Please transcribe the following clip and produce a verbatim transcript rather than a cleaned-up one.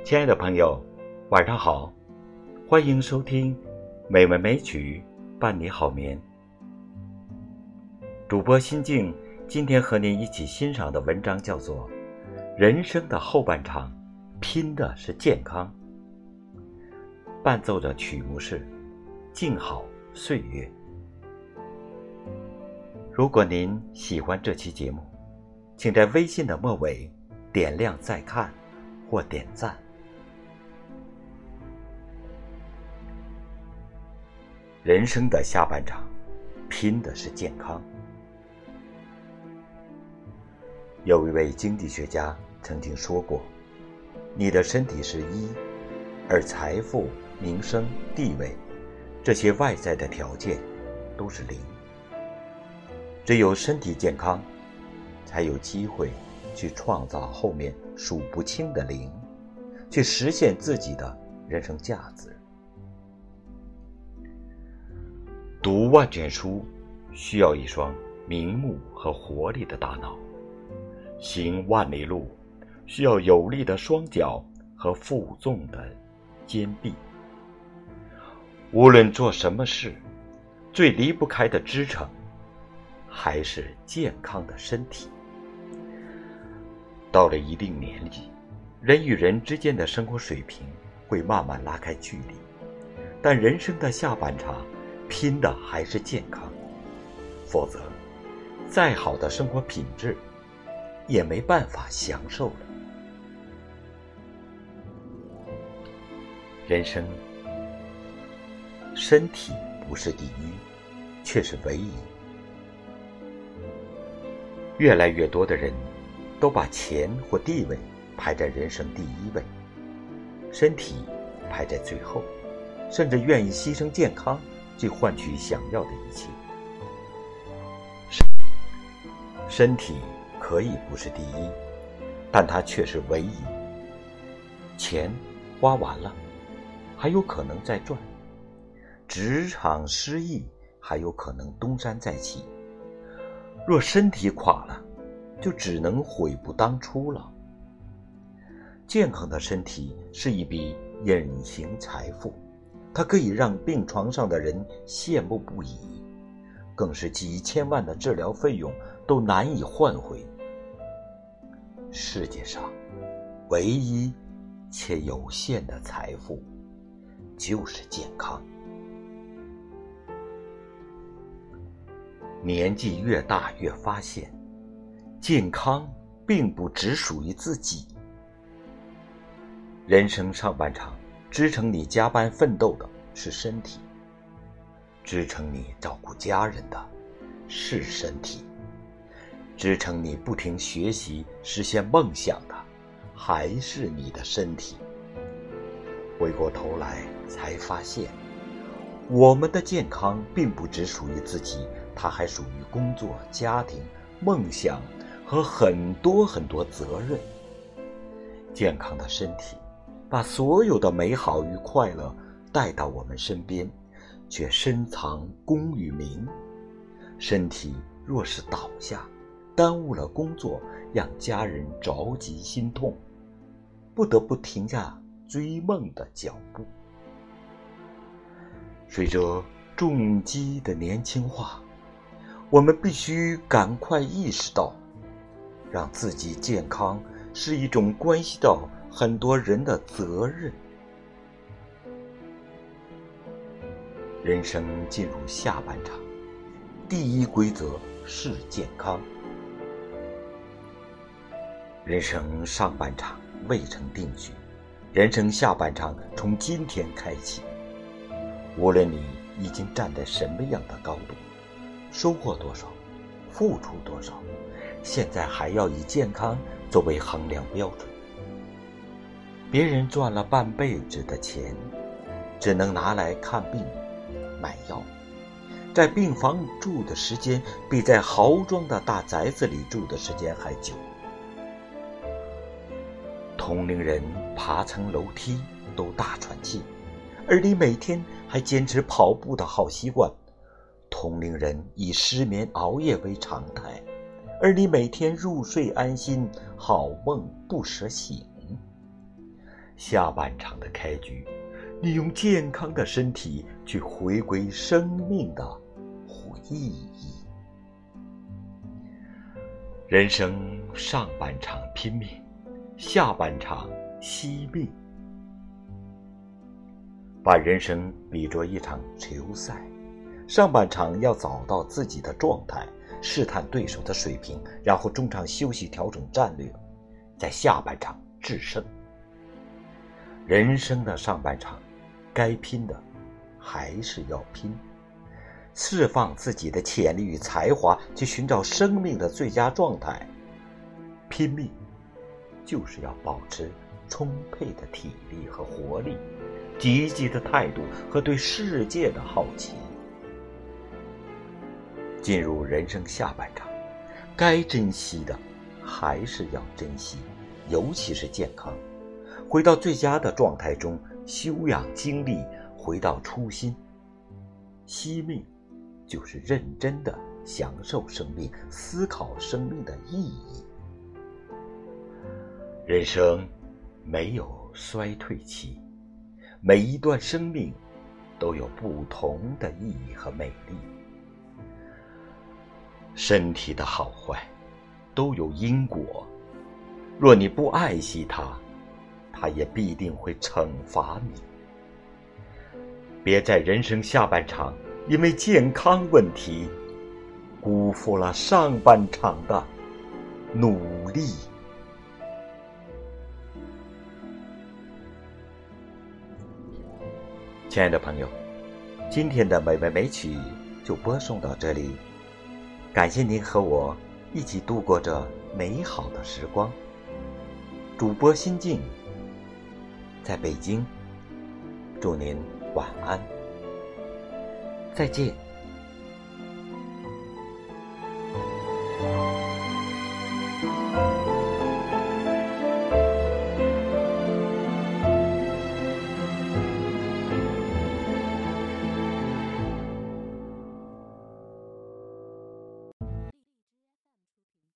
亲爱的朋友，晚上好，欢迎收听美文美曲伴你好眠。主播心静今天和您一起欣赏的文章叫做《人生的后半场，拼的是健康》，伴奏的曲目是《静好岁月》。如果您喜欢这期节目，请在微信的末尾点亮再看或点赞。人生的下半场，拼的是健康。有一位经济学家曾经说过，你的身体是一，而财富、名声、地位这些外在的条件都是零。只有身体健康，才有机会去创造后面数不清的零，去实现自己的人生价值。读万卷书需要一双明目和活力的大脑，行万里路需要有力的双脚和负重的肩臂。无论做什么事，最离不开的支撑还是健康的身体。到了一定年纪，人与人之间的生活水平会慢慢拉开距离，但人生的下半场拼的还是健康，否则再好的生活品质也没办法享受了。人生，身体不是第一，却是唯一。越来越多的人都把钱或地位排在人生第一位，身体排在最后，甚至愿意牺牲健康去换取想要的一切。身体可以不是第一，但它却是唯一。钱花完了，还有可能再赚；职场失意，还有可能东山再起。若身体垮了，就只能悔不当初了。健康的身体是一笔隐形财富，它可以让病床上的人羡慕不已，更是几千万的治疗费用都难以换回。世界上唯一且有限的财富就是健康。年纪越大越发现，健康并不只属于自己。人生上半场，支撑你加班奋斗的是身体，支撑你照顾家人的是身体，支撑你不停学习实现梦想的还是你的身体。回过头来才发现，我们的健康并不只属于自己，它还属于工作、家庭、梦想和很多很多责任。健康的身体把所有的美好与快乐带到我们身边，却深藏功与名。身体若是倒下，耽误了工作，让家人着急心痛，不得不停下追梦的脚步。随着重击的年轻化，我们必须赶快意识到，让自己健康是一种关系到很多人的责任。人生进入下半场，第一规则是健康。人生上半场未成定局，人生下半场从今天开启。无论你已经站在什么样的高度，收获多少，付出多少，现在还要以健康作为衡量标准。别人赚了半辈子的钱，只能拿来看病、买药，在病房住的时间比在豪装的大宅子里住的时间还久。同龄人爬层楼梯都大喘气，而你每天还坚持跑步的好习惯。同龄人以失眠熬夜为常态，而你每天入睡安心，好梦不舍醒。 下半场的开局，你用健康的身体去回归生命的意义。人生上半场拼命，下半场惜命。把人生比作一场球赛，上半场要找到自己的状态，试探对手的水平，然后中场休息调整战略，在下半场制胜。人生的上半场，该拼的还是要拼，释放自己的潜力与才华，去寻找生命的最佳状态。拼命就是要保持充沛的体力和活力，积极的态度和对世界的好奇。进入人生下半场，该珍惜的还是要珍惜，尤其是健康。回到最佳的状态中，休养精力，回到初心。惜命就是认真的享受生命，思考生命的意义。人生没有衰退期，每一段生命都有不同的意义和美丽。身体的好坏都有因果，若你不爱惜它，它也必定会惩罚你。别在人生下半场因为健康问题辜负了上半场的努力。亲爱的朋友，今天的美味美曲就播送到这里，感谢您和我一起度过这美好的时光。主播心静在北京，祝您晚安，再见。